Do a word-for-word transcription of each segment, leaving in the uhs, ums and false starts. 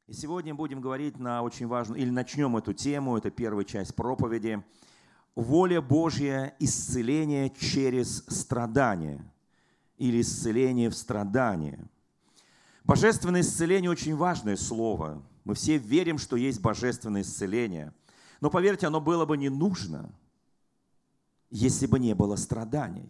И сегодня будем говорить на очень важную, или начнем эту тему, это первая часть проповеди. Воля Божья, исцеление через страдание или исцеление в страдании. Божественное исцеление – очень важное слово. Мы все верим, что есть божественное исцеление. Но поверьте, оно было бы не нужно, если бы не было страданий.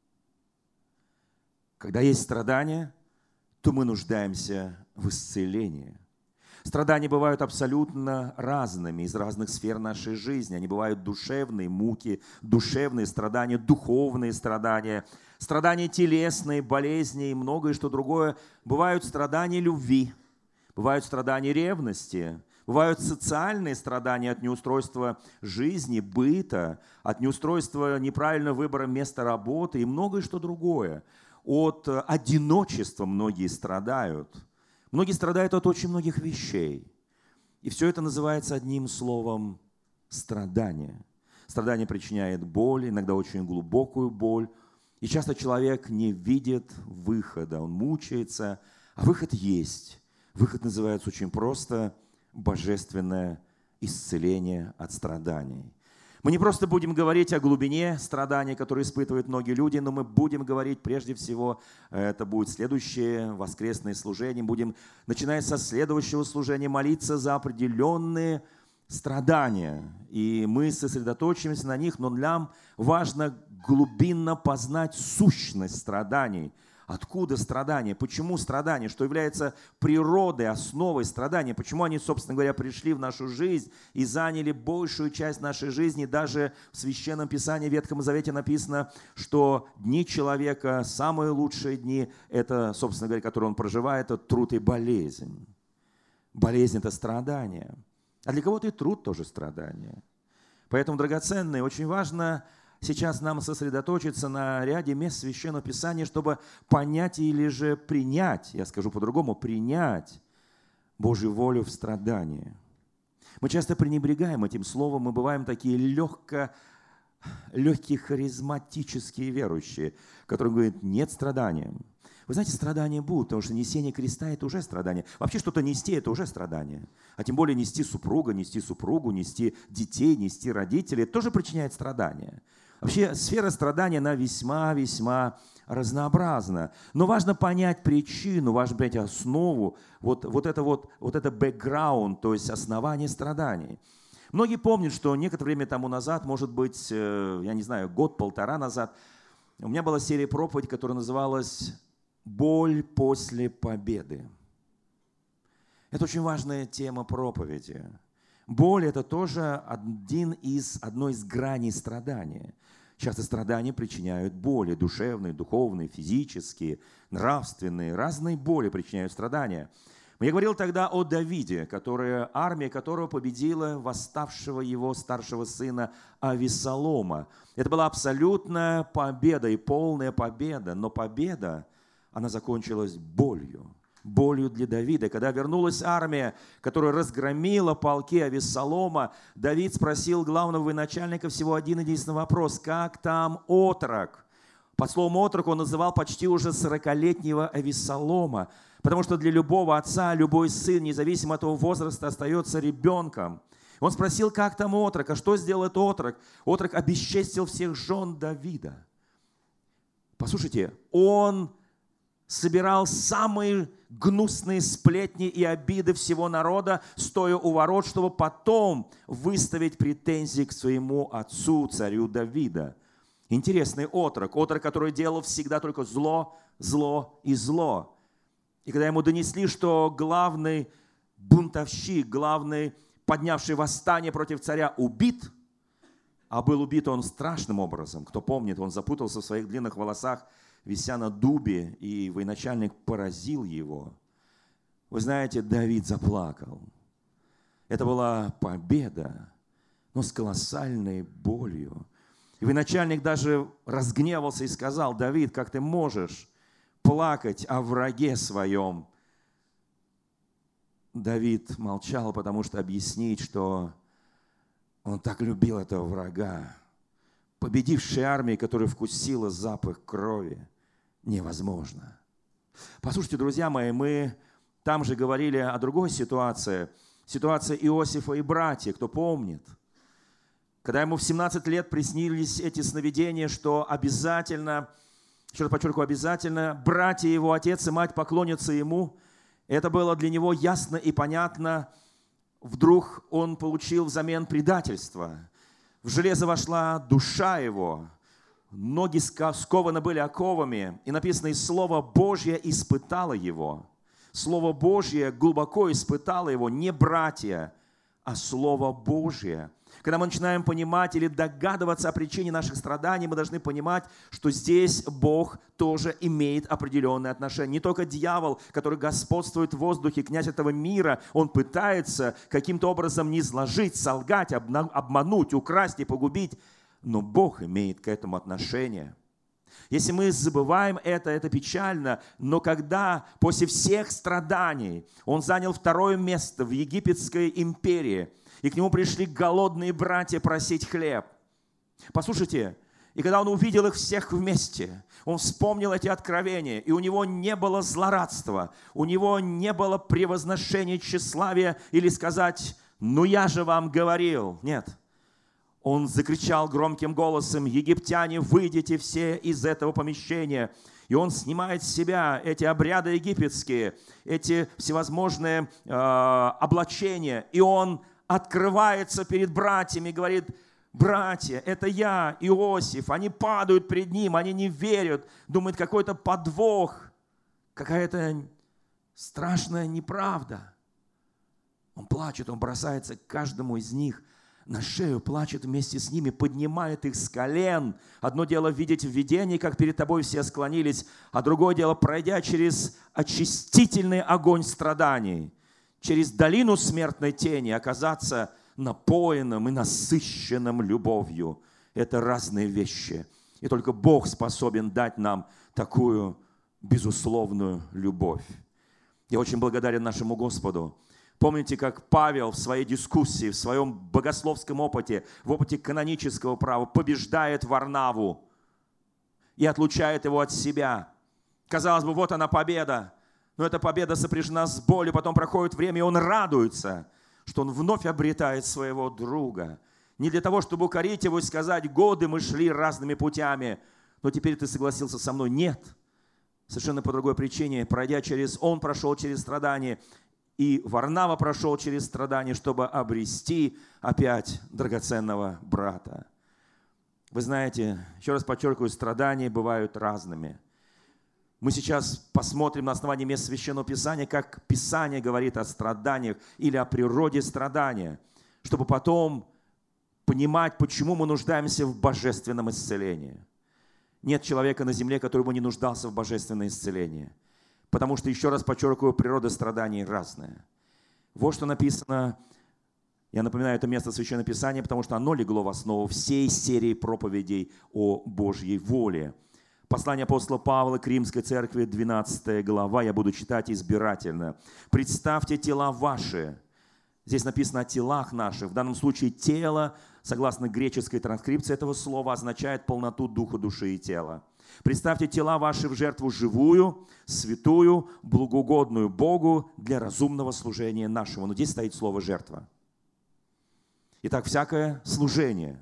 Когда есть страдания, то мы нуждаемся в исцелении. Страдания бывают абсолютно разными, из разных сфер нашей жизни. Они бывают душевные муки, душевные страдания, духовные страдания, страдания телесные, болезни и многое что другое. Бывают страдания любви, бывают страдания ревности, бывают социальные страдания от неустройства жизни, быта, от неустройства неправильного выбора места работы и многое что другое. От одиночества многие страдают. Многие страдают от очень многих вещей. И все это называется одним словом страдание. Страдание причиняет боль, иногда очень глубокую боль. И часто человек не видит выхода, он мучается, а выход есть. Выход называется очень просто божественное исцеление от страданий. Мы не просто будем говорить о глубине страданий, которые испытывают многие люди, но мы будем говорить прежде всего, это будет следующее воскресное служение, будем, начиная со следующего служения, молиться за определенные страдания. И мы сосредоточимся на них, но нам важно глубинно познать сущность страданий. Откуда страдания? Почему страдания? Что является природой, основой страдания? Почему они, собственно говоря, пришли в нашу жизнь и заняли большую часть нашей жизни? Даже в Священном Писании, в Ветхом Завете написано, что дни человека, самые лучшие дни, это, собственно говоря, которые он проживает, это труд и болезнь. Болезнь – это страдание. А для кого-то и труд тоже страдание. Поэтому, драгоценные, очень важно сейчас нам сосредоточиться на ряде мест Священного Писания, чтобы понять или же принять, я скажу по-другому, принять Божью волю в страдании. Мы часто пренебрегаем этим словом, мы бываем такие легко, легкие харизматические верующие, которые говорят, нет страдания. Вы знаете, страдания будут, потому что несение креста – это уже страдание. Вообще что-то нести – это уже страдание. А тем более нести супруга, нести супругу, нести детей, нести родителей – это тоже причиняет страдания. Вообще сфера страдания, она весьма-весьма разнообразна. Но важно понять причину, важно понять основу, вот, вот это вот, вот это бэкграунд, то есть основание страданий. Многие помнят, что некоторое время тому назад, может быть, я не знаю, год-полтора назад, у меня была серия проповедей, которая называлась «Боль после победы». Это очень важная тема проповеди. Боль – это тоже один из, одной из граней страдания. Часто страдания причиняют боли, душевные, духовные, физические, нравственные. Разные боли причиняют страдания. Я говорил тогда о Давиде, которая, армия которого победила восставшего его старшего сына Авессалома. Это была абсолютная победа и полная победа, но победа, она закончилась болью. Болью для Давида. Когда вернулась армия, которая разгромила полки Авессалома, Давид спросил главного военачальника всего один единственный вопрос. Как там отрок? Под словом отрок он называл почти уже сорокалетнего Авессалома, потому что для любого отца, любой сын, независимо от его возраста, остается ребенком. Он спросил, как там отрок? А что сделал этот отрок? Отрок обесчестил всех жен Давида. Послушайте, он собирал самые гнусные сплетни и обиды всего народа, стоя у ворот, чтобы потом выставить претензии к своему отцу, царю Давида. Интересный отрок, отрок, который делал всегда только зло, зло и зло. И когда ему донесли, что главный бунтовщик, главный, поднявший восстание против царя, убит, а был убит он страшным образом. Кто помнит, он запутался в своих длинных волосах, вися на дубе, и военачальник поразил его. Вы знаете, Давид заплакал. Это была победа, но с колоссальной болью. И военачальник даже разгневался и сказал: Давид, как ты можешь плакать о враге своем? Давид молчал, потому что объяснить, что он так любил этого врага, победившей армии, которая вкусила запах крови, невозможно. Послушайте, друзья мои, мы там же говорили о другой ситуации. Ситуация Иосифа и братьев, кто помнит. Когда ему в семнадцать лет приснились эти сновидения, что обязательно, еще раз подчеркиваю, обязательно братья его, отец и мать поклонятся ему. Это было для него ясно и понятно. Вдруг он получил взамен предательства. В железо вошла душа его. Ноги скованы были оковами. И написано, и Слово Божье испытало его. Слово Божье глубоко испытало его. Не братья, а Слово Божье. Когда мы начинаем понимать или догадываться о причине наших страданий, мы должны понимать, что здесь Бог тоже имеет определенные отношения. Не только дьявол, который господствует в воздухе, князь этого мира, он пытается каким-то образом низложить, солгать, обмануть, украсть и погубить, но Бог имеет к этому отношение. Если мы забываем это, это печально, но когда после всех страданий он занял второе место в египетской империи, и к нему пришли голодные братья просить хлеб. Послушайте, и когда он увидел их всех вместе, он вспомнил эти откровения, и у него не было злорадства, у него не было превозношения, тщеславия или сказать, ну я же вам говорил. Нет. Он закричал громким голосом, египтяне, выйдите все из этого помещения. И он снимает с себя эти обряды египетские, эти всевозможные э, облачения, и он открывается перед братьями, говорит, братья, это я, Иосиф. Они падают перед ним, они не верят, думают, какой-то подвох, какая-то страшная неправда. Он плачет, он бросается к каждому из них на шею, плачет вместе с ними, поднимает их с колен. Одно дело видеть в видении, как перед тобой все склонились, а другое дело, пройдя через очистительный огонь страданий, через долину смертной тени оказаться напоенным и насыщенным любовью. Это разные вещи. И только Бог способен дать нам такую безусловную любовь. Я очень благодарен нашему Господу. Помните, как Павел в своей дискуссии, в своем богословском опыте, в опыте канонического права побеждает Варнаву и отлучает его от себя. Казалось бы, вот она победа. Но эта победа сопряжена с болью, потом проходит время, и он радуется, что он вновь обретает своего друга. Не для того, чтобы укорить его и сказать, годы мы шли разными путями, но теперь ты согласился со мной. Нет, совершенно по другой причине. Пройдя через, он прошел через страдания, и Варнава прошел через страдания, чтобы обрести опять драгоценного брата. Вы знаете, еще раз подчеркиваю, страдания бывают разными. Мы сейчас посмотрим на основании мест Священного Писания, как Писание говорит о страданиях или о природе страдания, чтобы потом понимать, почему мы нуждаемся в божественном исцелении. Нет человека на земле, который бы не нуждался в божественном исцелении. Потому что, еще раз подчеркиваю, природа страданий разная. Вот что написано, я напоминаю, это место Священного Писания, потому что оно легло в основу всей серии проповедей о Божьей воле. Послание апостола Павла к Римской церкви, двенадцатая глава, я буду читать избирательно. «Представьте тела ваши». Здесь написано о телах наших. В данном случае тело, согласно греческой транскрипции этого слова, означает полноту духа, души и тела. «Представьте тела ваши в жертву живую, святую, благоугодную Богу для разумного служения нашего». Но здесь стоит слово «жертва». Итак, всякое служение,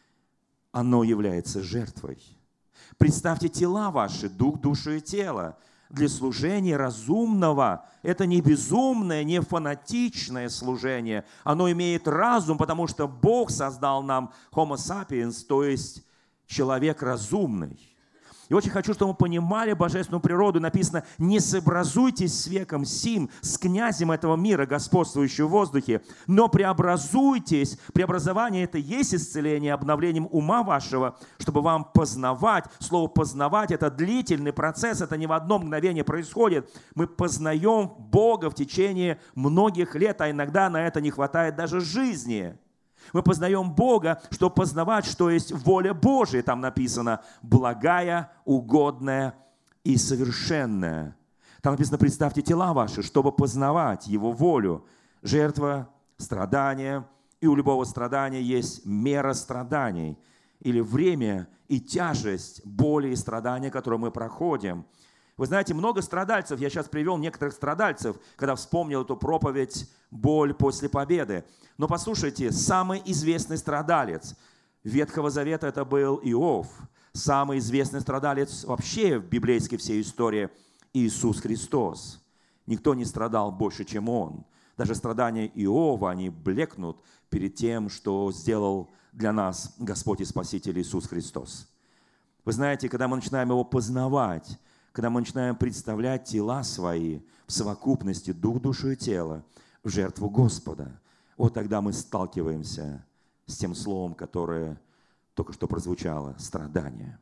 оно является жертвой. Представьте тела ваши, дух, душу и тело, для служения разумного. Это не безумное, не фанатичное служение. Оно имеет разум, потому что Бог создал нам Homo sapiens, то есть человек разумный. И очень хочу, чтобы мы понимали божественную природу. Написано, не сообразуйтесь с веком сим, с князем этого мира, господствующим в воздухе, но преобразуйтесь. Преобразование – это есть исцеление обновлением ума вашего, чтобы вам познавать. Слово «познавать» – это длительный процесс, это не в одно мгновение происходит. Мы познаем Бога в течение многих лет, а иногда на это не хватает даже жизни. Мы познаем Бога, чтобы познавать, что есть воля Божия. Там написано «благая, угодная и совершенная». Там написано «представьте тела ваши, чтобы познавать Его волю». Жертва, страдания. И у любого страдания есть мера страданий. Или время и тяжесть боли и страдания, которые мы проходим. Вы знаете, много страдальцев, я сейчас привел некоторых страдальцев, когда вспомнил эту проповедь «Боль после победы». Но послушайте, самый известный страдалец Ветхого Завета – это был Иов. Самый известный страдалец вообще в библейской всей истории – Иисус Христос. Никто не страдал больше, чем Он. Даже страдания Иова, они блекнут перед тем, что сделал для нас Господь и Спаситель Иисус Христос. Вы знаете, когда мы начинаем Его познавать, когда мы начинаем представлять тела свои в совокупности, дух, душу и тело, в жертву Господа, вот тогда мы сталкиваемся с тем словом, которое только что прозвучало – страдание.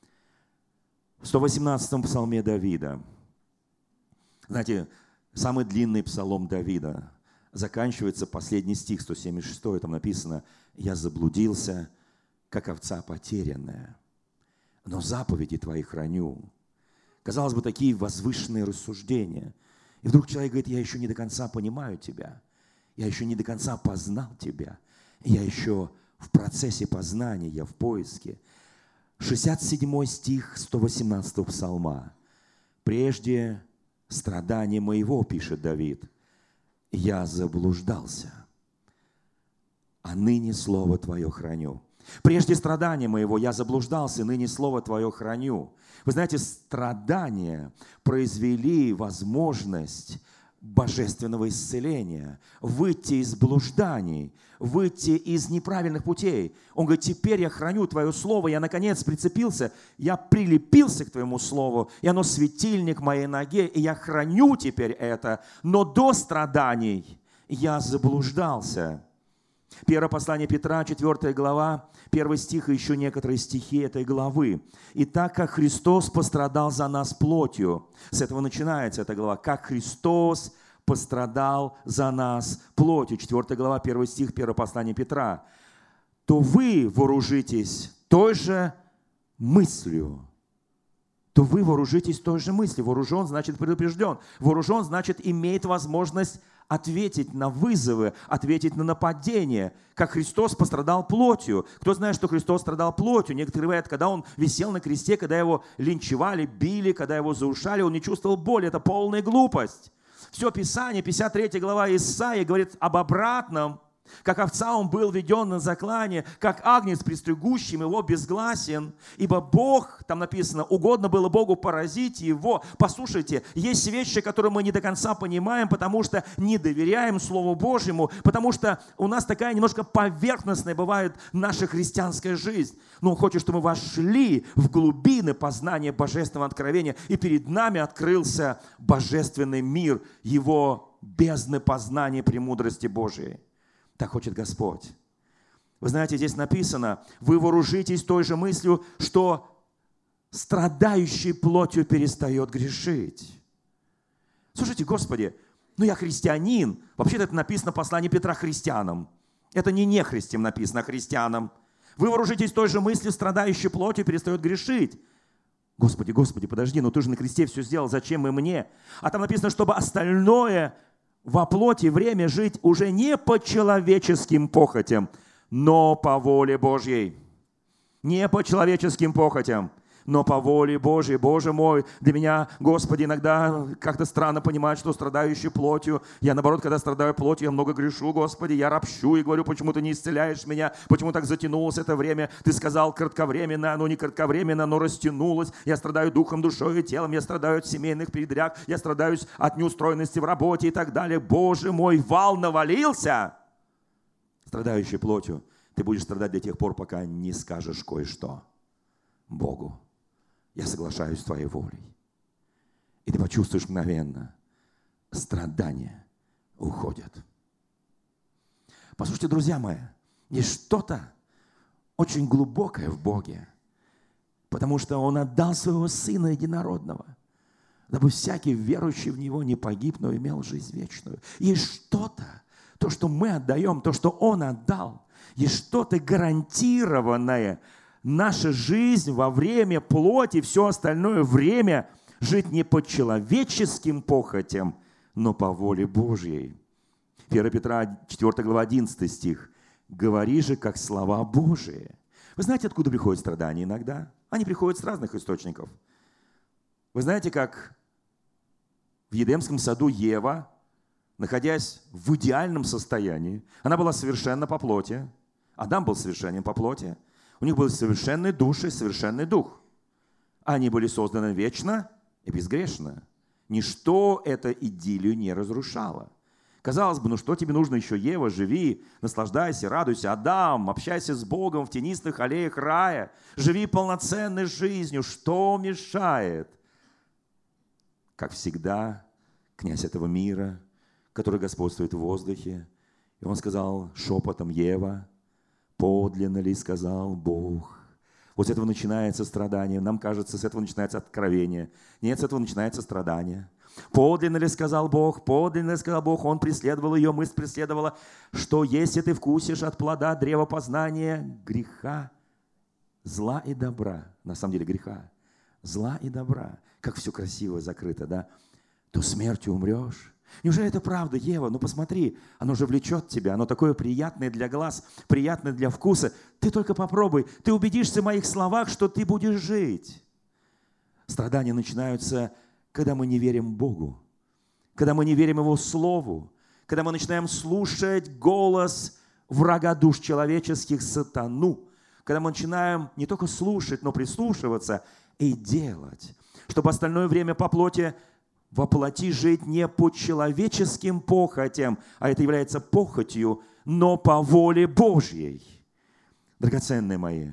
В сто восемнадцатом псалме Давида, знаете, самый длинный псалом Давида, заканчивается последний стих, сто семьдесят шестой, там написано: «Я заблудился, как овца потерянная, но заповеди Твои храню». Казалось бы, такие возвышенные рассуждения. И вдруг человек говорит: я еще не до конца понимаю Тебя, я еще не до конца познал Тебя, я еще в процессе познания, я в поиске. шестьдесят седьмой стих сто восемнадцатого псалма. «Прежде страдания моего, — пишет Давид, — я заблуждался, а ныне слово Твое храню». Прежде страдания моего я заблуждался, ныне слово Твое храню. Вы знаете, страдания произвели возможность божественного исцеления, выйти из блужданий, выйти из неправильных путей. Он говорит: теперь я храню Твое Слово, я наконец прицепился, я прилепился к Твоему Слову, и оно светильник моей ноге, и я храню теперь это. Но до страданий я заблуждался. Первое послание Петра, четвёртая глава, первый стих и еще некоторые стихи этой главы. «И так как Христос пострадал за нас плотью», с этого начинается эта глава, «как Христос пострадал за нас плотью», четвёртая глава, первый стих, первое послание Петра, «то вы вооружитесь той же мыслью». То вы вооружитесь той же мыслью. Вооружен значит предупрежден. Вооружен значит имеет возможность ответить на вызовы, ответить на нападения, как Христос пострадал плотью. Кто знает, что Христос страдал плотью? Некоторые говорят, когда Он висел на кресте, когда Его линчевали, били, когда Его заушали, Он не чувствовал боли. Это полная глупость. Все Писание, пятьдесят третья глава Исаии говорит об обратном. Как овца он был веден на заклание, как агнец пристригущим его безгласен. Ибо Бог, там написано, угодно было Богу поразить его. Послушайте, есть вещи, которые мы не до конца понимаем, потому что не доверяем Слову Божьему, потому что у нас такая немножко поверхностная бывает наша христианская жизнь. Но Он хочет, чтобы мы вошли в глубины познания божественного откровения, и перед нами открылся божественный мир, Его бездны познания премудрости Божией. Так хочет Господь. Вы знаете, здесь написано: вы вооружитесь той же мыслью, что страдающий плотью перестает грешить. Слушайте, Господи, ну я христианин. Вообще-то это написано в послании Петра христианам. Это не нехристям написано, а христианам. Вы вооружитесь той же мыслью, страдающий плотью перестает грешить. Господи, Господи, подожди, ну ты же на кресте все сделал, зачем и мне? А там написано, чтобы остальное во плоти время жить уже не по человеческим похотям, но по воле Божьей. Не по человеческим похотям, но по воле Божьей. Боже мой, для меня, Господи, иногда как-то странно понимать, что страдающий плотью. Я, наоборот, когда страдаю плотью, я много грешу, Господи. Я ропщу и говорю: почему Ты не исцеляешь меня? Почему так затянулось это время? Ты сказал кратковременно, оно не кратковременно, но растянулось. Я страдаю духом, душой и телом. Я страдаю от семейных передряг. Я страдаю от неустроенности в работе и так далее. Боже мой, вал навалился. Страдающий плотью. Ты будешь страдать до тех пор, пока не скажешь кое-что Богу: я соглашаюсь с Твоей волей. И ты почувствуешь мгновенно, страдания уходят. Послушайте, друзья мои, есть что-то очень глубокое в Боге, потому что Он отдал Своего Сына Единородного, дабы всякий верующий в Него не погиб, но имел жизнь вечную. Есть что-то, то, что мы отдаем, то, что Он отдал, есть что-то гарантированное. Наша жизнь во время плоти, все остальное время жить не по человеческим похотям, но по воле Божьей. первое Петра, четвёртая глава, одиннадцатый стих. «Говори же, как слова Божии». Вы знаете, откуда приходят страдания иногда? Они приходят с разных источников. Вы знаете, как в Едемском саду Ева, находясь в идеальном состоянии, она была совершенна по плоти, Адам был совершенен по плоти, у них были совершенные души, совершенный дух. Они были созданы вечно и безгрешно. Ничто эту идиллию не разрушало. Казалось бы, ну что тебе нужно еще, Ева, живи, наслаждайся, радуйся. Адам, общайся с Богом в тенистых аллеях рая, живи полноценной жизнью. Что мешает? Как всегда, князь этого мира, который господствует в воздухе. И он сказал шепотом: Ева, подлинно ли сказал Бог? Вот с этого начинается страдание. Нам кажется, с этого начинается откровение. Нет, с этого начинается страдание. Подлинно ли сказал Бог? Подлинно ли сказал Бог? Он преследовал ее, мысль преследовала, что если ты вкусишь от плода древа познания греха, зла и добра, на самом деле греха, зла и добра, как все красиво закрыто, да, то смертью умрешь. Неужели это правда, Ева? Ну посмотри, оно же влечет тебя, оно такое приятное для глаз, приятное для вкуса. Ты только попробуй, ты убедишься в моих словах, что ты будешь жить. Страдания начинаются, когда мы не верим Богу, когда мы не верим Его Слову, когда мы начинаем слушать голос врага душ человеческих, сатану, когда мы начинаем не только слушать, но прислушиваться и делать, чтобы остальное время по плоти во плоти жить не по человеческим похотям, а это является похотью, но по воле Божьей. Драгоценные мои,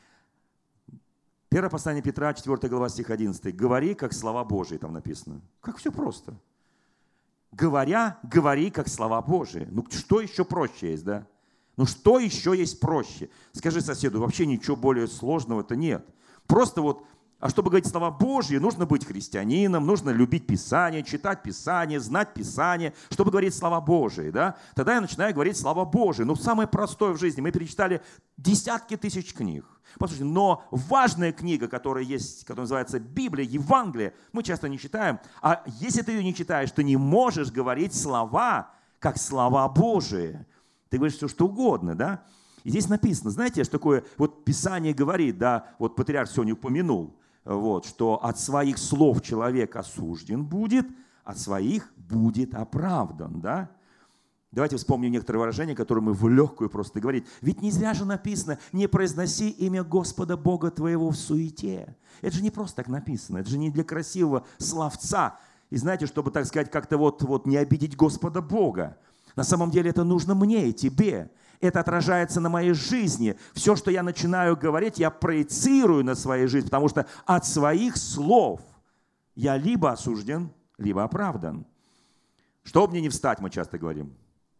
первое послание Петра, четвёртая глава, стих одиннадцатый. «Говори, как слова Божьи», там написано. Как все просто. Говоря, говори, как слова Божьи. Ну что еще проще есть, да? Ну что еще есть проще? Скажи соседу, вообще ничего более сложного-то нет. Просто вот, а чтобы говорить слова Божьи, нужно быть христианином, нужно любить Писание, читать Писание, знать Писание, чтобы говорить слова Божьи, да? Тогда я начинаю говорить слова Божьи. Ну самое простое в жизни. Мы перечитали десятки тысяч книг. Послушайте, но важная книга, которая есть, которая называется Библия, Евангелие, мы часто не читаем. А если ты ее не читаешь, ты не можешь говорить слова, как слова Божии. Ты говоришь все, что угодно, да? И здесь написано, знаете, что такое, вот Писание говорит, да, вот патриарх сегодня упомянул, вот, что от своих слов человек осужден будет, от своих будет оправдан, да? Давайте вспомним некоторые выражения, которые мы в легкую просто говорим. Ведь не зря же написано: не произноси имя Господа Бога твоего в суете. Это же не просто так написано, это же не для красивого словца. И знаете, чтобы, так сказать, как-то вот, вот не обидеть Господа Бога. На самом деле это нужно мне и тебе. Это отражается на моей жизни. Все, что я начинаю говорить, я проецирую на своей жизни, потому что от своих слов я либо осужден, либо оправдан. Чтобы мне не встать, мы часто говорим.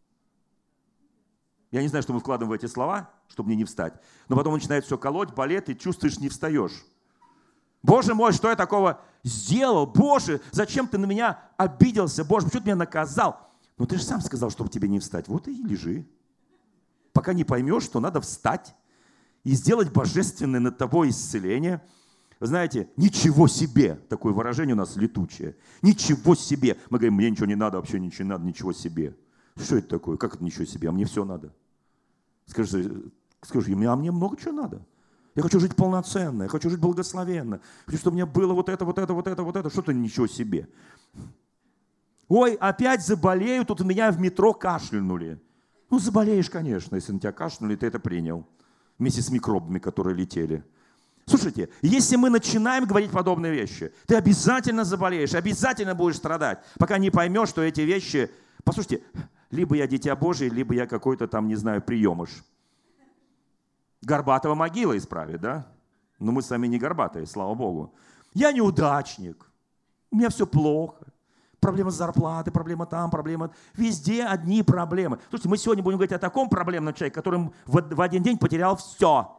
Я не знаю, что мы вкладываем в эти слова, чтобы мне не встать. Но потом начинает все колоть, болеть, и чувствуешь, не встаешь. Боже мой, что я такого сделал? Боже, зачем ты на меня обиделся? Боже, почему ты меня наказал? Ну ты же сам сказал, чтобы тебе не встать. Вот и лежи. Пока не поймешь, что надо встать и сделать божественное над тобой исцеление. Вы знаете, ничего себе, такое выражение у нас летучее. Ничего себе. Мы говорим, мне ничего не надо, вообще ничего не надо, ничего себе. Что это такое? Как это ничего себе? А мне все надо. Скажи, скажи, а мне много чего надо. Я хочу жить полноценно, я хочу жить благословенно. Хочу, чтобы у меня было вот это, вот это, вот это, вот это. Что-то ничего себе. Ой, опять заболею, тут у меня в метро кашлянули. Ну, заболеешь, конечно, если на тебя кашлянули, ты это принял. Вместе с микробами, которые летели. Слушайте, если мы начинаем говорить подобные вещи, ты обязательно заболеешь, обязательно будешь страдать, пока не поймешь, что эти вещи... Послушайте, либо я дитя Божие, либо я какой-то там, не знаю, приемыш. Горбатого могила исправит, да? Но мы сами не горбатые, слава Богу. Я неудачник, у меня все плохо. Проблема с зарплатой, проблема там, проблема... Везде одни проблемы. Слушайте, мы сегодня будем говорить о таком проблемном человеке, который в один день потерял все.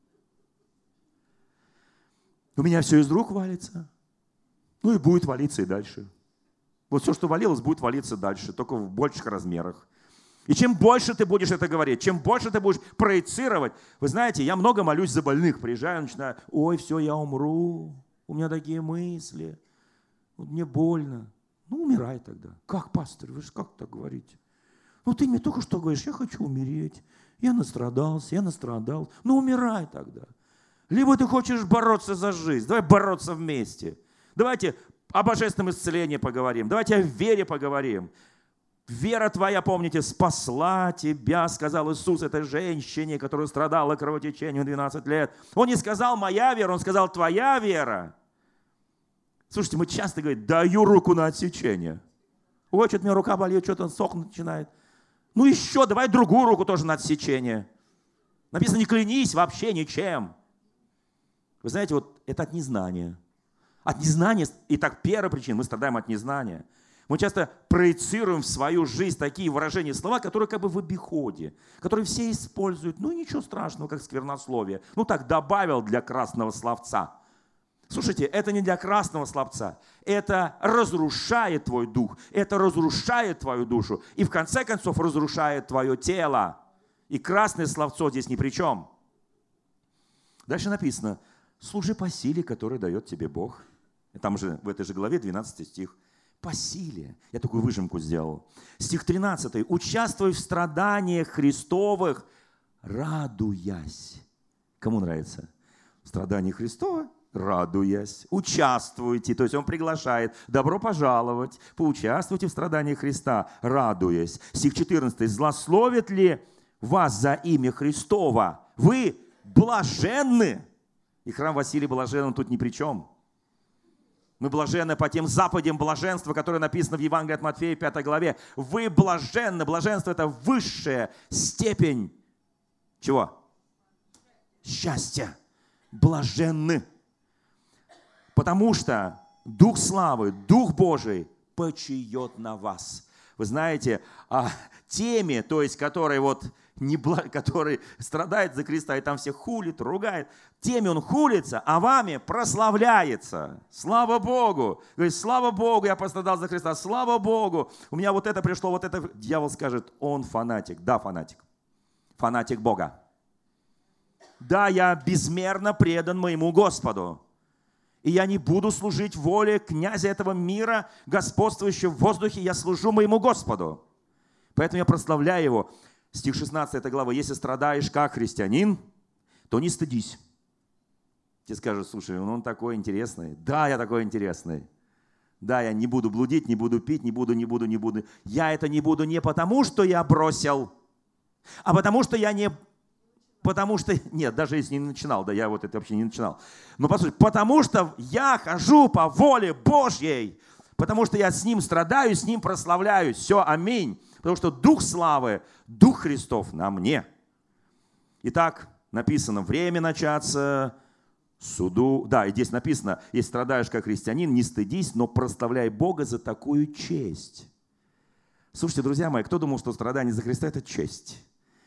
У меня все из рук валится. Ну и будет валиться и дальше. Вот все, что валилось, будет валиться дальше, только в больших размерах. И чем больше ты будешь это говорить, чем больше ты будешь проецировать. Вы знаете, я много молюсь за больных. Приезжаю, начинаю, ой, все, я умру. У меня такие мысли. Мне больно. Ну, умирай тогда. Как, пастор, вы же как так говорите? Ну, ты мне только что говоришь, я хочу умереть. Я настрадался, я настрадал. Ну, умирай тогда. Либо ты хочешь бороться за жизнь. Давай бороться вместе. Давайте о божественном исцелении поговорим. Давайте о вере поговорим. Вера твоя, помните, спасла тебя, сказал Иисус этой женщине, которая страдала кровотечением двенадцать лет. Он не сказал «моя вера», Он сказал «твоя вера». Слушайте, мы часто говорим «даю руку на отсечение». Ой, что-то у меня рука болит, что-то сохнуть начинает. Ну еще, давай другую руку тоже на отсечение. Написано «не клянись вообще ничем». Вы знаете, вот это от незнания. От незнания, итак, первая причина, мы страдаем от незнания. Мы часто проецируем в свою жизнь такие выражения, слова, которые как бы в обиходе, которые все используют. Ну, ничего страшного, как сквернословие. Ну, так, добавил для красного словца. Слушайте, это не для красного словца. Это разрушает твой дух. Это разрушает твою душу. И в конце концов разрушает твое тело. И красное словцо здесь ни при чем. Дальше написано, служи по силе, которую дает тебе Бог. И там же в этой же главе двенадцатый стих. По силе. Я такую выжимку сделал. Стих тринадцатый. Участвуй в страданиях Христовых, радуясь. Кому нравится? В страданиях Христова, радуясь. Участвуйте. То есть он приглашает. Добро пожаловать. Поучаствуйте в страданиях Христа, радуясь. Стих четырнадцатый. Злословят ли вас за имя Христова? Вы блаженны. И храм Василия Блаженного тут ни при чем. Мы блаженны по тем заповедям блаженства, которые написаны в Евангелии от Матфея, пятой главе. Вы блаженны. Блаженство – это высшая степень чего? Счастья. Блаженны. Потому что Дух славы, Дух Божий почиет на вас. Вы знаете, о теме, то есть, которой вот не благ... который страдает за Христа и там всех хулит, ругает, теми он хулится, а вами прославляется. Слава Богу! Говорит, слава Богу, я пострадал за Христа, слава Богу, у меня вот это пришло, вот это. Дьявол скажет, он фанатик. Да, фанатик. Фанатик Бога. Да, я безмерно предан моему Господу. И я не буду служить воле князя этого мира, господствующего в воздухе, я служу моему Господу. Поэтому я прославляю его. Стих шестнадцатый этой главы. Если страдаешь как христианин, то не стыдись. Тебе скажут, слушай, он такой интересный. Да, я такой интересный. Да, я не буду блудить, не буду пить, не буду, не буду, не буду. Я это не буду не потому, что я бросил, а потому что я не... Потому что... Нет, даже если не начинал, да, я вот это вообще не начинал. Но послушайте, потому что я хожу по воле Божьей, потому что я с Ним страдаю, с Ним прославляюсь. Все, аминь. Потому что Дух славы, Дух Христов на мне. Итак, написано, время начаться суду. Да, и здесь написано, если страдаешь как христианин, не стыдись, но прославляй Бога за такую честь. Слушайте, друзья мои, кто думал, что страдание за Христа – это честь?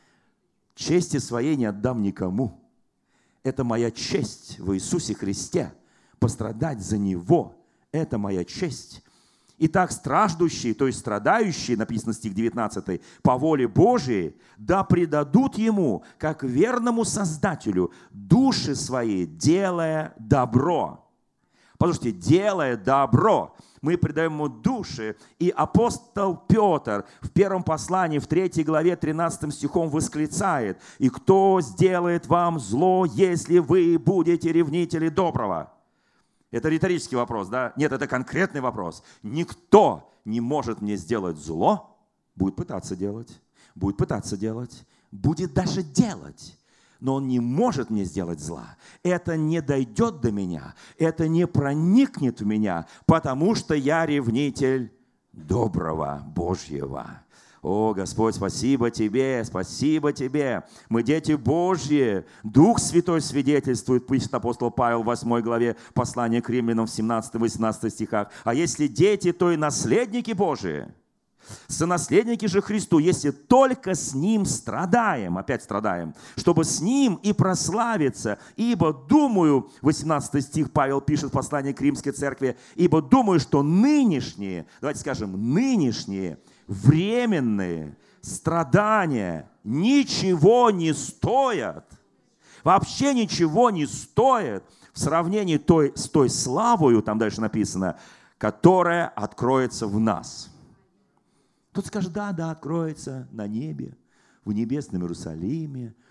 Чести своей не отдам никому. Это моя честь в Иисусе Христе. Пострадать за Него – это моя честь. Итак, страждущие, то есть страдающие, написано стих девятнадцатый, по воле Божией, да предадут Ему, как верному Создателю, души свои, делая добро. Послушайте, делая добро, мы предаем Ему души. И апостол Петр в первом послании, в третьей главе, тринадцатым стихом восклицает, «И кто сделает вам зло, если вы будете ревнители доброго?» Это риторический вопрос, да? Нет, это конкретный вопрос. Никто не может мне сделать зло, будет пытаться делать, будет пытаться делать, будет даже делать. Но он не может мне сделать зла. Это не дойдет до меня, это не проникнет в меня, потому что я ревнитель доброго Божьего. О, Господь, спасибо Тебе, спасибо Тебе. Мы дети Божьи. Дух Святой свидетельствует, пишет апостол Павел в восьмой главе послания к римлянам в семнадцатом-восемнадцатом стихах. А если дети, то и наследники Божии. Сонаследники же Христу, если только с Ним страдаем, опять страдаем, чтобы с Ним и прославиться. Ибо думаю, восемнадцатый стих Павел пишет в послании к Римской церкви, ибо думаю, что нынешние, давайте скажем, нынешние, временные страдания ничего не стоят, вообще ничего не стоят в сравнении той, с той славою, там дальше написано, которая откроется в нас. Кто-то скажет, да, да, откроется на небе, в небесном Иерусалиме,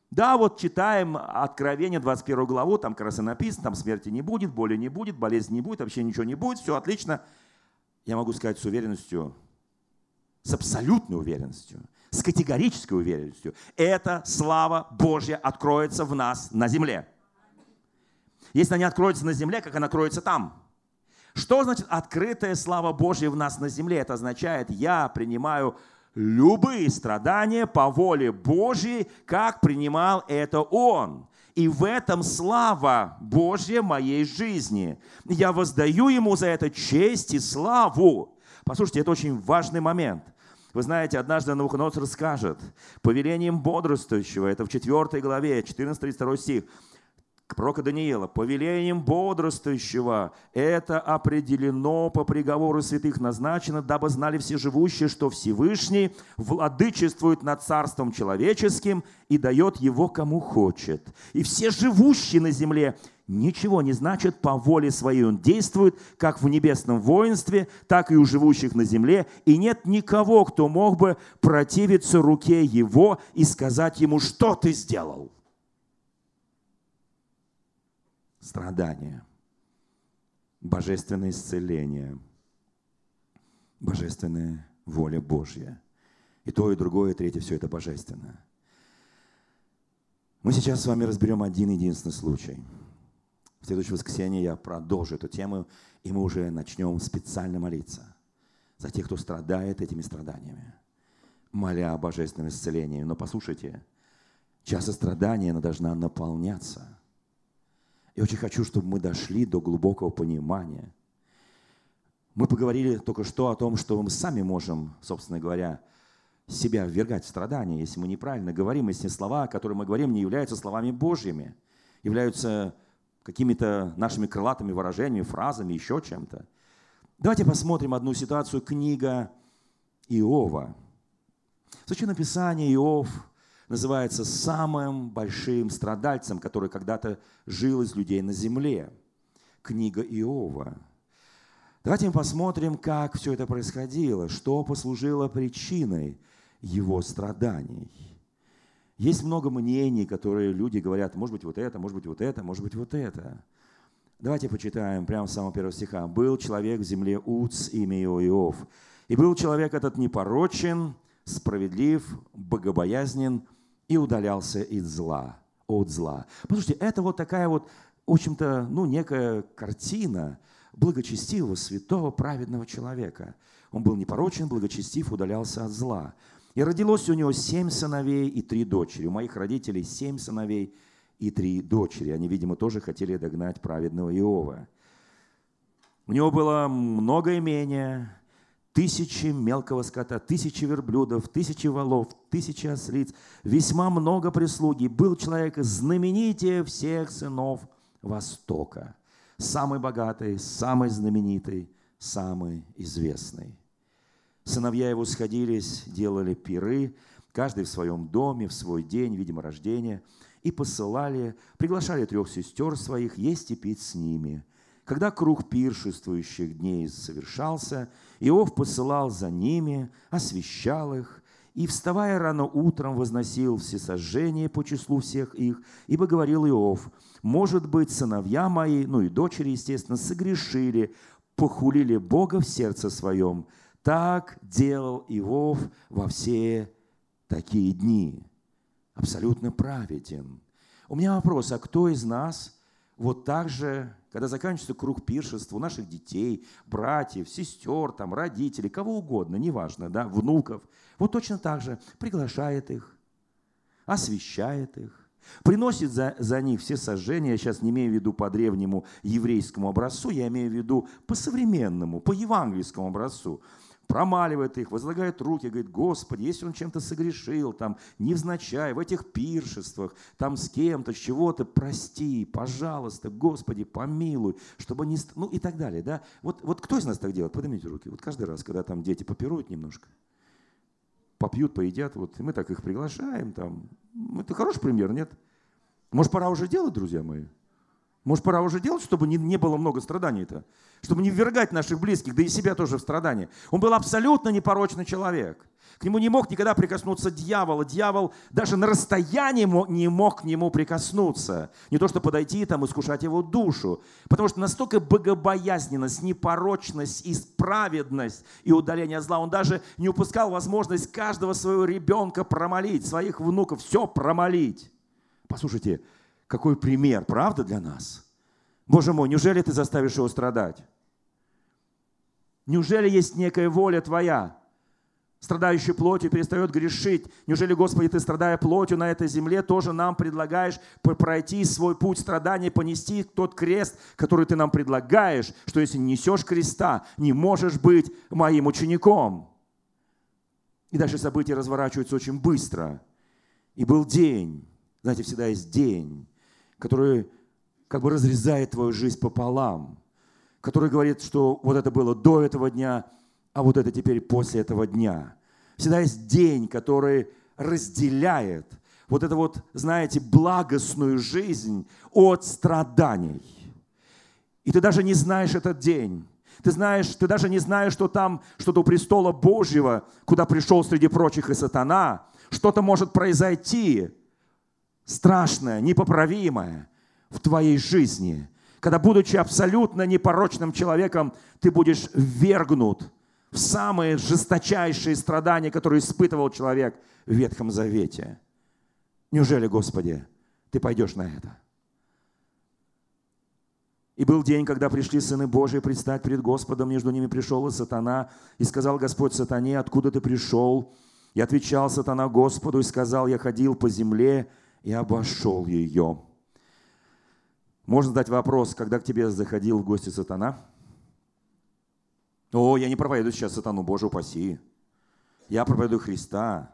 Да, вот читаем Откровение, двадцать первую главу, там как раз и написано, там смерти не будет, боли не будет, болезни не будет, вообще ничего не будет, все отлично. Я могу сказать с уверенностью, с абсолютной уверенностью, с категорической уверенностью, эта слава Божья откроется в нас на земле. Если она не откроется на земле, как она откроется там? Что значит открытая слава Божья в нас на земле? Это означает, я принимаю любые страдания по воле Божьей, как принимал это Он. И в этом слава Божья моей жизни. Я воздаю Ему за это честь и славу. Послушайте, это очень важный момент. Вы знаете, однажды Навуходоносор скажет, повелением бодрствующего, это в четвёртой главе, четырнадцатый тридцать второй стих, к пророку Даниила, повелением бодрствующего это определено по приговору святых назначено, дабы знали все живущие, что Всевышний владычествует над царством человеческим и дает его кому хочет. И все живущие на земле ничего не значит, по воле своей он действует, как в небесном воинстве, так и у живущих на земле, и нет никого, кто мог бы противиться руке его и сказать ему, что ты сделал. Страдания, божественное исцеление, божественная воля Божья. И то, и другое, и третье, все это божественно. Мы сейчас с вами разберем один единственный случай. В следующее воскресенье я продолжу эту тему, и мы уже начнем специально молиться за тех, кто страдает этими страданиями, моля о божественном исцелении. Но послушайте, чаша страдания, она должна наполняться. Я очень хочу, чтобы мы дошли до глубокого понимания. Мы поговорили только что о том, что мы сами можем, собственно говоря, себя ввергать в страдания, если мы неправильно говорим, если слова, которые мы говорим, не являются словами Божьими, являются какими-то нашими крылатыми выражениями, фразами, еще чем-то. Давайте посмотрим одну ситуацию. Книга Иова. В Священном Писании Иов называется самым большим страдальцем, который когда-то жил из людей на земле. Книга Иова. Давайте мы посмотрим, как все это происходило, что послужило причиной его страданий. Есть много мнений, которые люди говорят, может быть, вот это, может быть, вот это, может быть, вот это. Давайте почитаем прямо с самого первого стиха. «Был человек в земле Уц, имя его Иов, и был человек этот непорочен, справедлив, богобоязнен, и удалялся от зла, от зла». Послушайте, это вот такая вот, в общем-то, ну, некая картина благочестивого, святого, праведного человека. Он был непорочен, благочестив, удалялся от зла. И родилось у него семь сыновей и три дочери. У моих родителей семь сыновей и три дочери. Они, видимо, тоже хотели догнать праведного Иова. У него было много имения, тысячи мелкого скота, тысячи верблюдов, тысячи волов, тысячи ослиц, весьма много прислуги. Был человек знаменитее всех сынов Востока. Самый богатый, самый знаменитый, самый известный. Сыновья его сходились, делали пиры, каждый в своем доме, в свой день, видимо, рождения, и посылали, приглашали трех сестер своих есть и пить с ними. Когда круг пиршествующих дней совершался, Иов посылал за ними, освящал их, и, вставая рано утром, возносил всесожжение по числу всех их, ибо говорил Иов, может быть, сыновья мои, ну и дочери, естественно, согрешили, похулили Бога в сердце своем. Так делал Иов во все такие дни. Абсолютно праведен. У меня вопрос, а кто из нас вот так же, когда заканчивается круг пиршества, у наших детей, братьев, сестер, там, родителей, кого угодно, неважно, да, внуков, вот точно так же приглашает их, освящает их, приносит за, за них все сожжения, я сейчас не имею в виду по древнему еврейскому образцу, я имею в виду по современному, по евангельскому образцу, промаливает их, возлагает руки, говорит, Господи, если он чем-то согрешил, там, невзначай, в этих пиршествах, там с кем-то, с чего-то, прости, пожалуйста, Господи, помилуй, чтобы не... Ну и так далее, да. Вот, вот кто из нас так делает? Поднимите руки. Вот каждый раз, когда там дети попируют немножко, попьют, поедят, вот, и мы так их приглашаем, там. Это хороший пример, нет? Может, пора уже делать, друзья мои? Может, пора уже делать, чтобы не, не было много страданий-то? Чтобы не ввергать наших близких, да и себя тоже в страдания. Он был абсолютно непорочный человек. К нему не мог никогда прикоснуться дьявол. Дьявол даже на расстоянии не мог к нему прикоснуться. Не то, что подойти там, искушать его душу. Потому что настолько богобоязненность, непорочность, праведность и удаление от зла. Он даже не упускал возможность каждого своего ребенка промолить, своих внуков, все промолить. Послушайте, какой пример, правда, для нас? Боже мой, неужели ты заставишь его страдать? Неужели есть некая воля твоя? Страдающий плотью перестает грешить. Неужели, Господи, ты, страдая плотью на этой земле, тоже нам предлагаешь пройти свой путь страдания, понести тот крест, который ты нам предлагаешь, что если не несешь креста, не можешь быть моим учеником? И дальше события разворачиваются очень быстро. И был день, знаете, всегда есть день, который как бы разрезает твою жизнь пополам, который говорит, что вот это было до этого дня, а вот это теперь после этого дня. Всегда есть день, который разделяет вот эту вот, знаете, благостную жизнь от страданий. И ты даже не знаешь этот день. Ты знаешь, ты даже не знаешь, что там что-то у престола Божьего, куда пришел среди прочих и сатана, что-то может произойти страшное, непоправимое в твоей жизни, когда, будучи абсолютно непорочным человеком, ты будешь ввергнут в самые жесточайшие страдания, которые испытывал человек в Ветхом Завете. Неужели, Господи, ты пойдешь на это? И был день, когда пришли сыны Божии предстать пред Господом, между ними пришел и сатана, и сказал Господь сатане: откуда ты пришел? И отвечал сатана Господу и сказал: я ходил по земле и обошел ее. Можно задать вопрос, когда к тебе заходил в гости сатана? О, я не проповедую сейчас сатану, Боже упаси. Я проповедую Христа.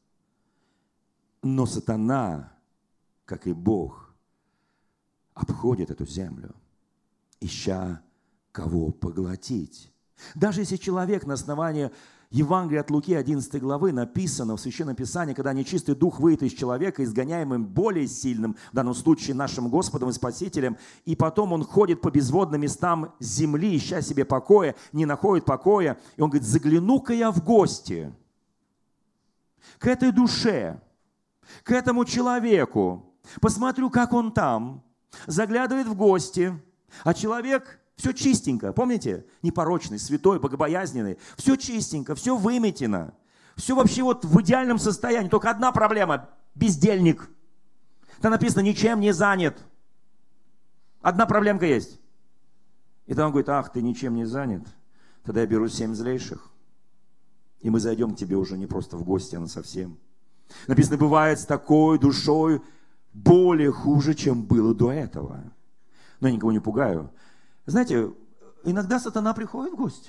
Но сатана, как и Бог, обходит эту землю, ища кого поглотить. Даже если человек на основании Евангелия от Луки, одиннадцатой главы, написано в Священном Писании, когда нечистый дух выйдет из человека, изгоняемым более сильным, в данном случае нашим Господом и Спасителем, и потом он ходит по безводным местам земли, ища себе покоя, не находит покоя, и он говорит: загляну-ка я в гости к этой душе, к этому человеку, посмотрю, как он там, заглядывает в гости, а человек... Все чистенько, помните? Непорочный, святой, богобоязненный. Все чистенько, все выметено. Все вообще вот в идеальном состоянии. Только одна проблема – бездельник. Там написано: ничем не занят. Одна проблемка есть. И там он говорит: ах, ты ничем не занят. Тогда я беру семь злейших. И мы зайдем к тебе уже не просто в гости, а насовсем. Написано: бывает с такой душой более хуже, чем было до этого. Но я никого не пугаю. Знаете, иногда сатана приходит в гости.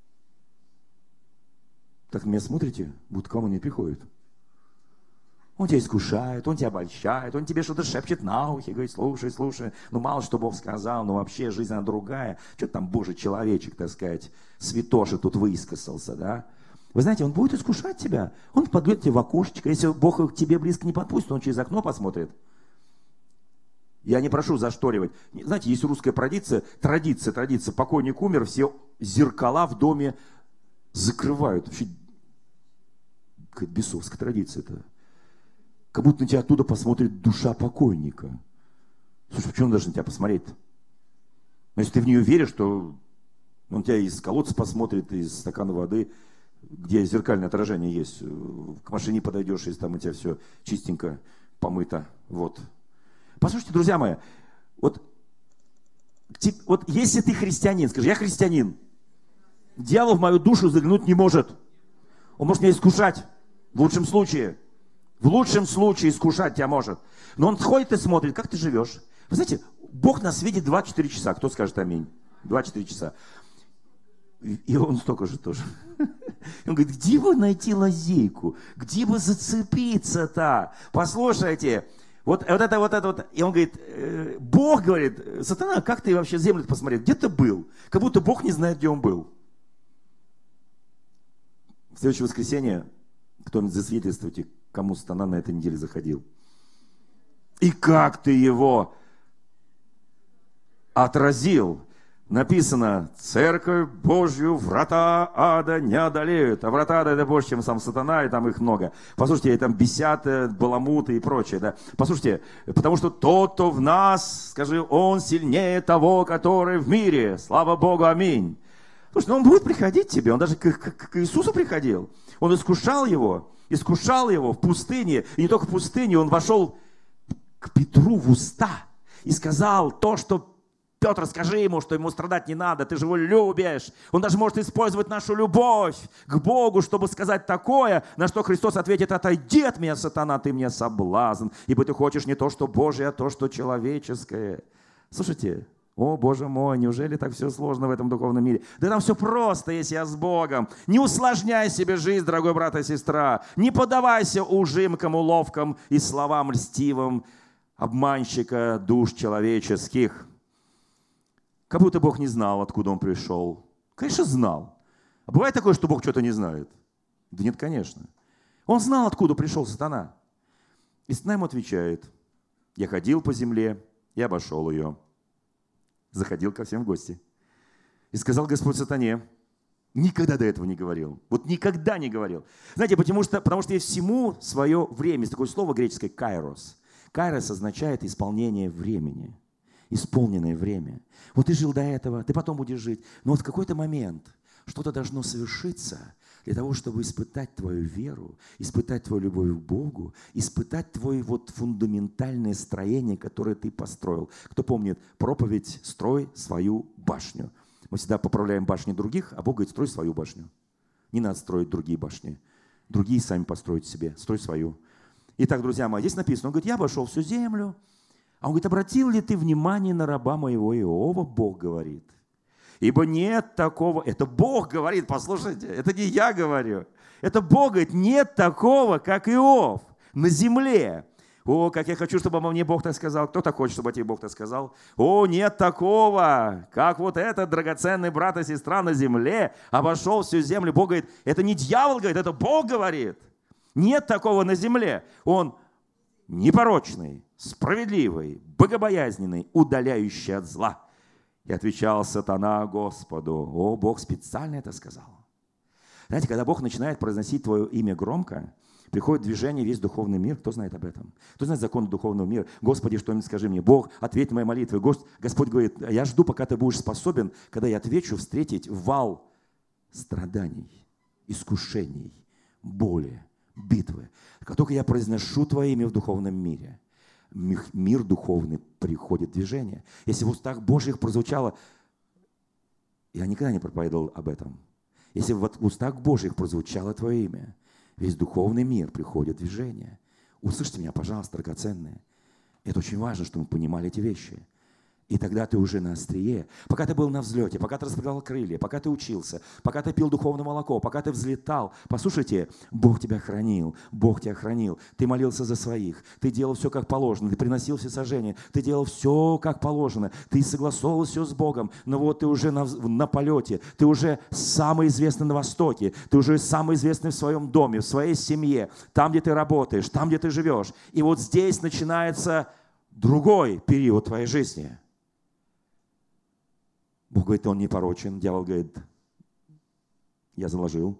Так на меня смотрите, будто кому не приходит. Он тебя искушает, он тебя обольщает, он тебе что-то шепчет на ухе, говорит: слушай, слушай, ну мало что Бог сказал, но вообще жизнь она другая. Что там Божий человечек, так сказать, святоша тут высказался, да? Вы знаете, он будет искушать тебя, он подглядит тебе в окошечко. Если Бог к тебе близко не подпустит, он через окно посмотрит. Я не прошу зашторивать. Знаете, есть русская традиция, традиция, традиция. Покойник умер, все зеркала в доме закрывают. Вообще, какая-то бесовская традиция это. Как будто на тебя оттуда посмотрит душа покойника. Слушай, почему он должен на тебя посмотреть? Но если ты в нее веришь, то он тебя из колодца посмотрит, из стакана воды, где зеркальное отражение есть. К машине подойдешь, если там у тебя все чистенько помыто. Вот. Послушайте, друзья мои, вот, вот если ты христианин, скажи: я христианин, дьявол в мою душу заглянуть не может. Он может меня искушать, в лучшем случае. В лучшем случае искушать тебя может. Но он ходит и смотрит, как ты живешь. Вы знаете, Бог нас видит двадцать четыре часа. Кто скажет аминь? двадцать четыре часа. И он столько же тоже. Он говорит: где бы найти лазейку? Где бы зацепиться-то? Послушайте. Вот, вот это, вот это, вот. И он говорит, э, Бог говорит: сатана, как ты вообще землю посмотрел? Где ты был? Как будто Бог не знает, где он был. В следующее воскресенье кто-нибудь засвидетельствуйте, кому сатана на этой неделе заходил. И как ты его отразил. Написано, церковь Божью врата ада не одолеют. А врата ада это больше, чем сам сатана, и там их много. Послушайте, там бесята, баламуты и прочее. Да? Послушайте, потому что тот, кто в нас, скажи, он сильнее того, который в мире. Слава Богу, аминь. Слушай, ну он будет приходить к тебе, он даже к, к, к Иисусу приходил. Он искушал его, искушал его в пустыне. И не только в пустыне, он вошел к Петру в уста и сказал то, что Петр, скажи ему, что ему страдать не надо, ты же его любишь. Он даже может использовать нашу любовь к Богу, чтобы сказать такое, на что Христос ответит, отойди от меня, сатана, ты мне соблазн, ибо ты хочешь не то, что Божие, а то, что человеческое. Слушайте, о, Боже мой, неужели так все сложно в этом духовном мире? Да там все просто, если я с Богом. Не усложняй себе жизнь, дорогой брат и сестра. Не поддавайся ужимкам, уловкам и словам льстивым обманщика душ человеческих. Как будто Бог не знал, откуда он пришел. Конечно, знал. А бывает такое, что Бог что-то не знает? Да нет, конечно. Он знал, откуда пришел сатана. И сатана ему отвечает, я ходил по земле и обошел ее. Заходил ко всем в гости. И сказал Господь сатане, никогда до этого не говорил. Вот никогда не говорил. Знаете, потому что, потому что есть всему свое время. Есть такое слово греческое «кайрос». «Кайрос» означает исполнение времени. Исполненное время. Вот ты жил до этого, ты потом будешь жить. Но вот в какой-то момент что-то должно совершиться для того, чтобы испытать твою веру, испытать твою любовь к Богу, испытать твое вот фундаментальное строение, которое ты построил. Кто помнит проповедь «Строй свою башню». Мы всегда поправляем башни других, а Бог говорит «Строй свою башню». Не надо строить другие башни. Другие сами построят себе. Строй свою. Итак, друзья мои, здесь написано, он говорит, я обошел всю землю. А он говорит, обратил ли ты внимание на раба моего Иова? Бог говорит. Ибо нет такого, это Бог говорит, послушайте, это не я говорю. Это Бог говорит, нет такого, как Иов на земле. О, как я хочу, чтобы обо мне Бог так сказал. Кто так хочет, чтобы о тебе Бог так сказал? О, нет такого, как вот этот драгоценный брат и сестра на земле обошел всю землю. Бог говорит, это не дьявол говорит, это Бог говорит. Нет такого на земле. Он непорочный, справедливый, богобоязненный, удаляющий от зла. И отвечал сатана Господу. О, Бог специально это сказал. Знаете, когда Бог начинает произносить твое имя громко, приходит движение весь духовный мир. Кто знает об этом? Кто знает законы духовного мира? Господи, что-нибудь скажи мне. Бог, ответь на мои молитвы. Господь говорит, я жду, пока ты будешь способен, когда я отвечу, встретить вал страданий, искушений, боли, битвы. Как только я произношу твое имя в духовном мире, мир духовный приходит в движение. Если в устах Божьих прозвучало, я никогда не проповедовал об этом, если в устах Божьих прозвучало твое имя, весь духовный мир приходит в движение. Услышьте меня, пожалуйста, драгоценные. Это очень важно, чтобы мы понимали эти вещи. И тогда ты уже на острие. Пока ты был на взлете, пока ты расправлял крылья, пока ты учился, пока ты пил духовное молоко, пока ты взлетал. Послушайте, Бог тебя хранил, Бог тебя хранил. Ты молился за своих, ты делал все как положено, ты приносил все сожжения, ты делал все как положено, ты согласовывал все с Богом. Но вот ты уже на, на полете, ты уже самый известный на Востоке, ты уже самый известный в своем доме, в своей семье, там, где ты работаешь, там, где ты живешь. И вот здесь начинается другой период твоей жизни. Бог говорит, он непорочен. Дьявол говорит, я заложил.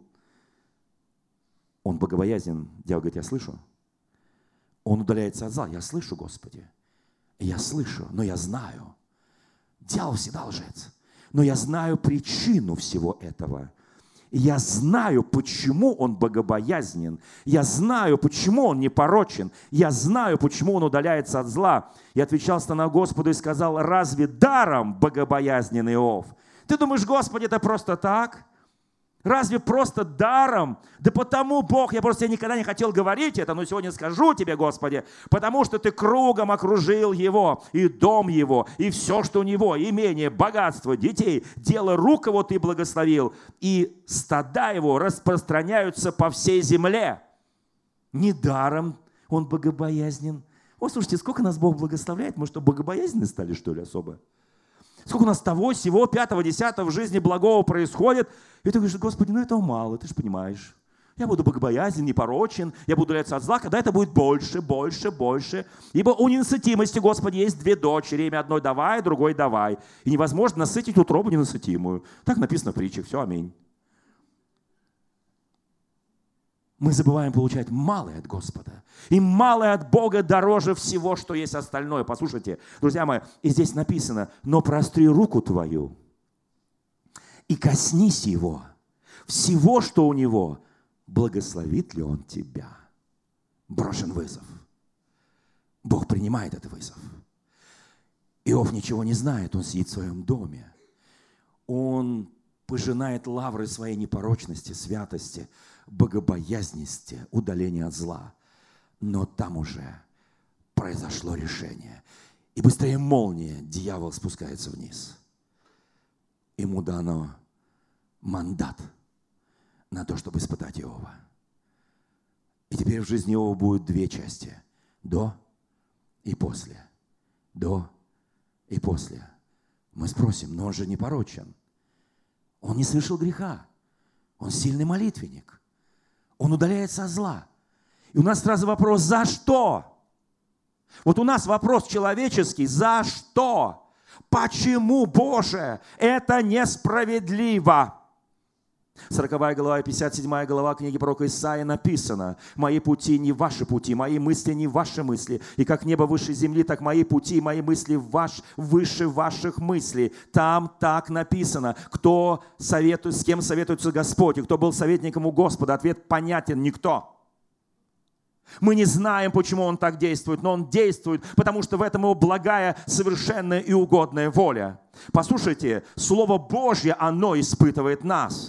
Он богобоязнен. Дьявол говорит, я слышу. Он удаляется от зла. Я слышу, Господи. Я слышу, но я знаю. Дьявол всегда лжец. Но я знаю причину всего этого. Я знаю, почему он богобоязнен. Я знаю, почему он непорочен. Я знаю, почему он удаляется от зла. И отвечал сатана Господу и сказал, разве даром богобоязнен Иов? Ты думаешь, Господи, это просто так? Разве просто даром? Да потому, Бог, я просто тебе никогда не хотел говорить это, но сегодня скажу тебе, Господи, потому что ты кругом окружил его, и дом его, и все, что у него, имение, богатство, детей, дело рук его ты благословил, и стада его распространяются по всей земле. Недаром он богобоязнен. О, слушайте, сколько нас Бог благословляет, мы что, богобоязненны стали, что ли, особо? Сколько у нас того, сего, пятого, десятого в жизни благого происходит. И ты говоришь, Господи, ну этого мало, ты же понимаешь. Я буду богобоязнен, непорочен, я буду удаляться от зла, когда это будет больше, больше, больше. Ибо у ненасытимости, Господи, есть две дочери, имя одной давай, другой давай. И невозможно насытить утробу ненасытимую. Так написано в притчах. Все, аминь. Мы забываем получать малое от Господа. И малое от Бога дороже всего, что есть остальное. Послушайте, друзья мои, и здесь написано, но простри руку твою и коснись его, всего, что у него, благословит ли он тебя? Брошен вызов. Бог принимает этот вызов. Иов ничего не знает, он сидит в своем доме. Он пожинает лавры своей непорочности, святости, богобоязненности, удаления от зла. Но там уже произошло решение. И быстрее молнии дьявол спускается вниз. Ему дано мандат на то, чтобы испытать Иова. И теперь в жизни Иова будет две части. До и после. До и после. Мы спросим, но он же не порочен. Он не совершил греха. Он сильный молитвенник. Он удаляется от зла. И у нас сразу вопрос, за что? Вот у нас вопрос человеческий, за что? Почему, Боже, это несправедливо? сороковая глава, пятьдесят седьмая глава книги пророка Исаии написано: «Мои пути не ваши пути, мои мысли не ваши мысли. И как небо выше земли, так мои пути, мои мысли ваш, выше ваших мыслей». Там так написано. Кто советует, с кем советуется Господь, и кто был советником у Господа? Ответ понятен: никто. Мы не знаем, почему Он так действует, но Он действует, потому что в этом Его благая, совершенная и угодная воля. Послушайте, Слово Божье, оно испытывает нас.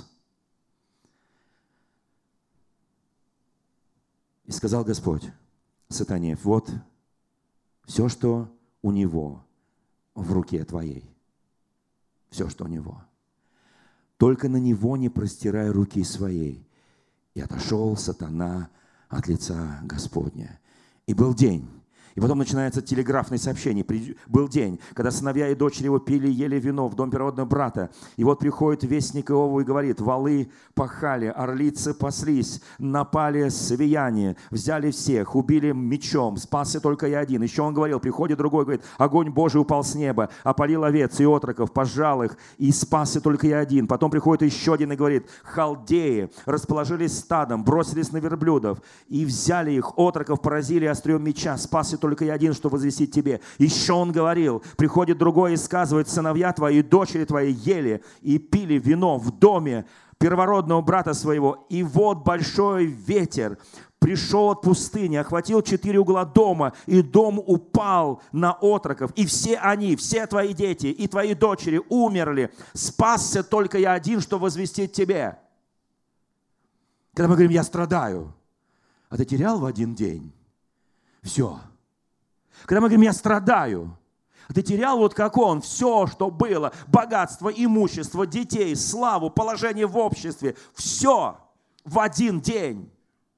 И сказал Господь сатане: вот все, что у него в руке твоей. Все, что у него. Только на него не простирай руки своей. И отошел сатана от лица Господня. И был день. И потом начинается телеграфное сообщение. Был день, когда сыновья и дочери его пили и ели вино в дом первородного брата. И вот приходит вестник Иову и говорит: валы пахали, орлицы паслись, напали свияне, взяли всех, убили мечом, спасся только я один. Еще он говорил, приходит другой, говорит: огонь Божий упал с неба, опалил овец и отроков, пожал их, и спасся только я один. Потом приходит еще один и говорит: халдеи расположились стадом, бросились на верблюдов, и взяли их, отроков поразили острием меча, спасся только я один, что возвестить тебе. Еще он говорил: приходит другой и сказывает: сыновья твои и дочери твои ели и пили вино в доме первородного брата своего. И вот большой ветер пришел от пустыни, охватил четыре угла дома, и дом упал на отроков. И все они, все твои дети и твои дочери умерли. Спасся только я один, что возвестить тебе. Когда мы говорим: я страдаю, а ты терял в один день все. Когда мы говорим: я страдаю, ты терял вот как он, все, что было, богатство, имущество, детей, славу, положение в обществе, все в один день.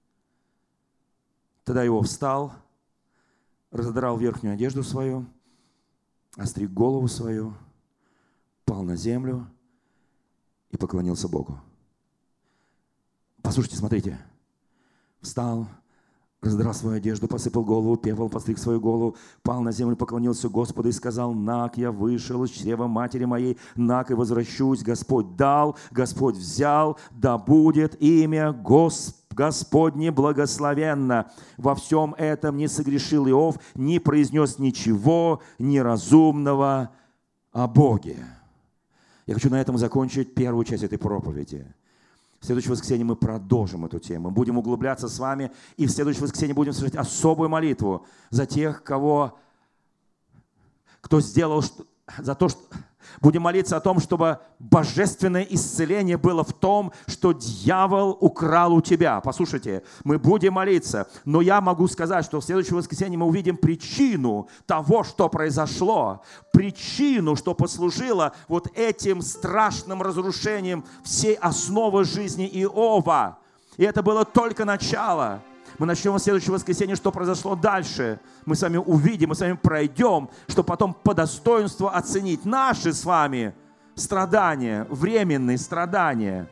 Тогда Иов встал, разодрал верхнюю одежду свою, остриг голову свою, пал на землю и поклонился Богу. Послушайте, смотрите. Встал, разодрал свою одежду, посыпал голову, пепел, постриг свою голову, пал на землю, поклонился Господу и сказал: «Нак, я вышел из чрева матери моей, нак и возвращусь. Господь дал, Господь взял, да будет имя Господь. Господне благословенно». Во всем этом не согрешил Иов, не произнес ничего неразумного о Боге. Я хочу на этом закончить первую часть этой проповеди. В следующее воскресенье мы продолжим эту тему. Будем углубляться с вами, и в следующее воскресенье будем совершать особую молитву за тех, кого, кто сделал, за то, что... Будем молиться о том, чтобы божественное исцеление было в том, что дьявол украл у тебя. Послушайте, мы будем молиться, но я могу сказать, что в следующее воскресенье мы увидим причину того, что произошло, причину, что послужило вот этим страшным разрушением всей основы жизни Иова. И это было только начало. Мы начнем в следующее воскресенье, что произошло дальше. Мы с вами увидим, мы с вами пройдем, чтобы потом по достоинству оценить наши с вами страдания, временные страдания.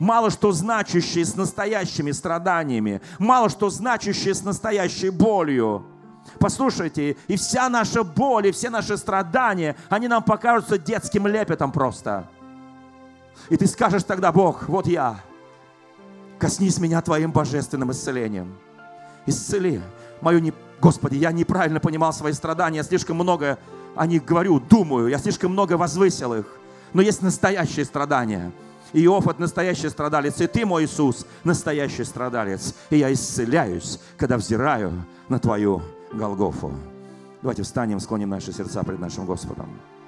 мало что значащие с настоящими страданиями, мало что значащие с настоящей болью. Послушайте, и вся наша боль, и все наши страдания, они нам покажутся детским лепетом просто. И ты скажешь тогда: Бог, вот я, коснись меня Твоим божественным исцелением. Исцели мою не... Господи, я неправильно понимал свои страдания, я слишком много о них говорю, думаю, я слишком много возвысил их. Но есть настоящие страдания. Иов — это настоящий страдалец, и Ты, мой Иисус, настоящий страдалец. И я исцеляюсь, когда взираю на Твою Голгофу. Давайте встанем, склоним наши сердца пред нашим Господом.